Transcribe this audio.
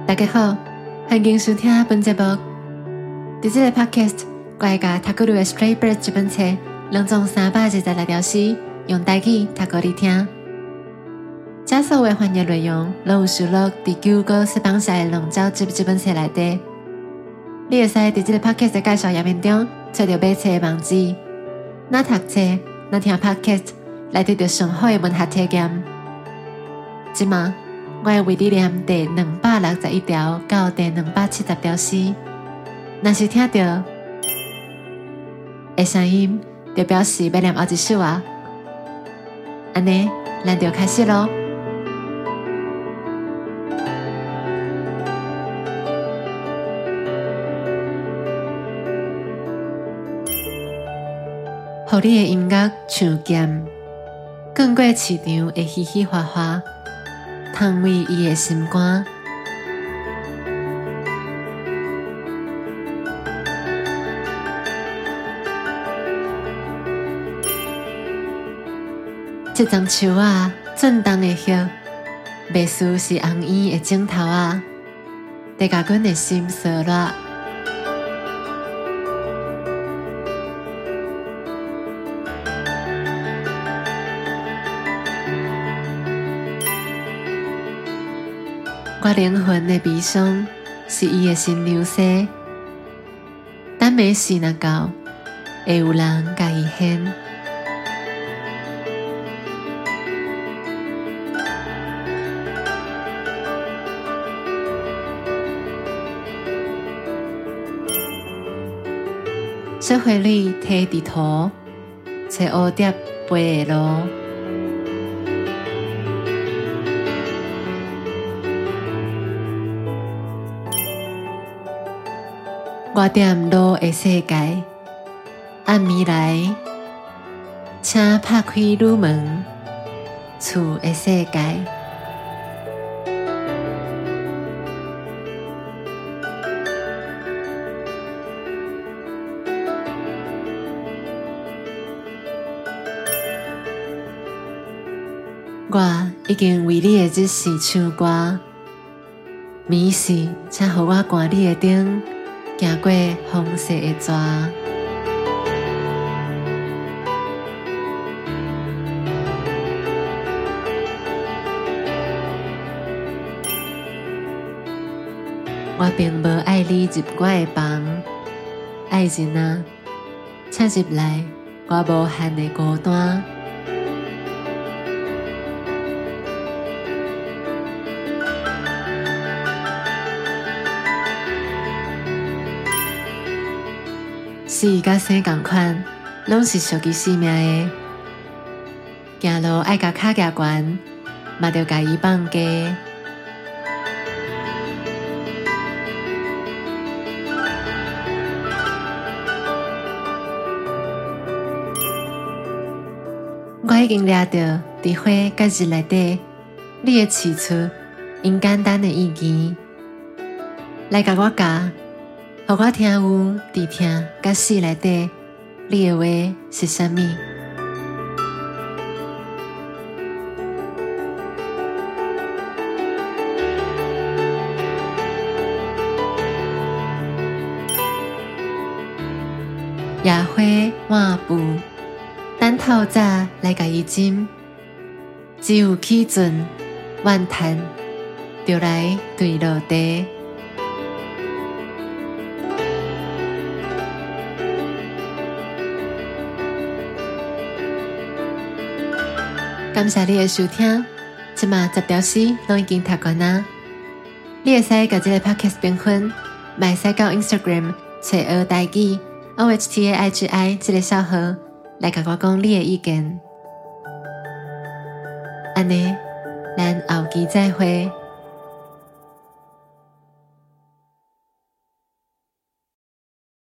大家好，欢迎收听本节目。在这个 podcast， 我会把读久的《Stray Birds》这本册朗诵326条诗，用台语读给你听。这所有的翻译内容都有收录在9个出版社的龙舟集这本册内底。你会使在这个 podcast 的介绍页面中找到买册的网址。若读册，若听 podcast， 来得到上好的文学体验。即马，我会为你念第261条到第270条诗。若是听到的声音，就表示要念后一首啊。安尼，咱就开始咯。予你的音乐像剑，滚过市场的嘻嘻哈哈，探慰伊的心肝。这丛树啊，转动的叶，袂输是红烟的镜头啊，得甲阮的心烧热。我灵魂的悲伤是伊的新流逝，等美时若到，会有人甲伊献。小花里摕地图，找蝴蝶飞的路。我踮路的世界，暗暝来，请拍开女门，厝的世界。我已经为你的日时唱歌，暝时请予我赶你的灯，行过红色的蛇。我并无爱你入我的房，爱人啊，请入来，我无限的孤单。死甲生同款，拢是属于生命的。行路爱甲脚举悬，嘛着甲伊放低。我已经抓到伫花甲日内底，你的试出因简单的意义，来甲我教。予我听有伫听甲死内底，你的话是啥物？野花换布，等透早来甲伊浸，只有起阵怨叹，就来对落地。感谢你的收听，即马10条诗拢已经读完啦。你会使甲这个 podcast 评分，嘛会使到 Instagram 找学台语 OHTAIGI 这个小号来甲我讲你的意见。安尼，咱后期再会。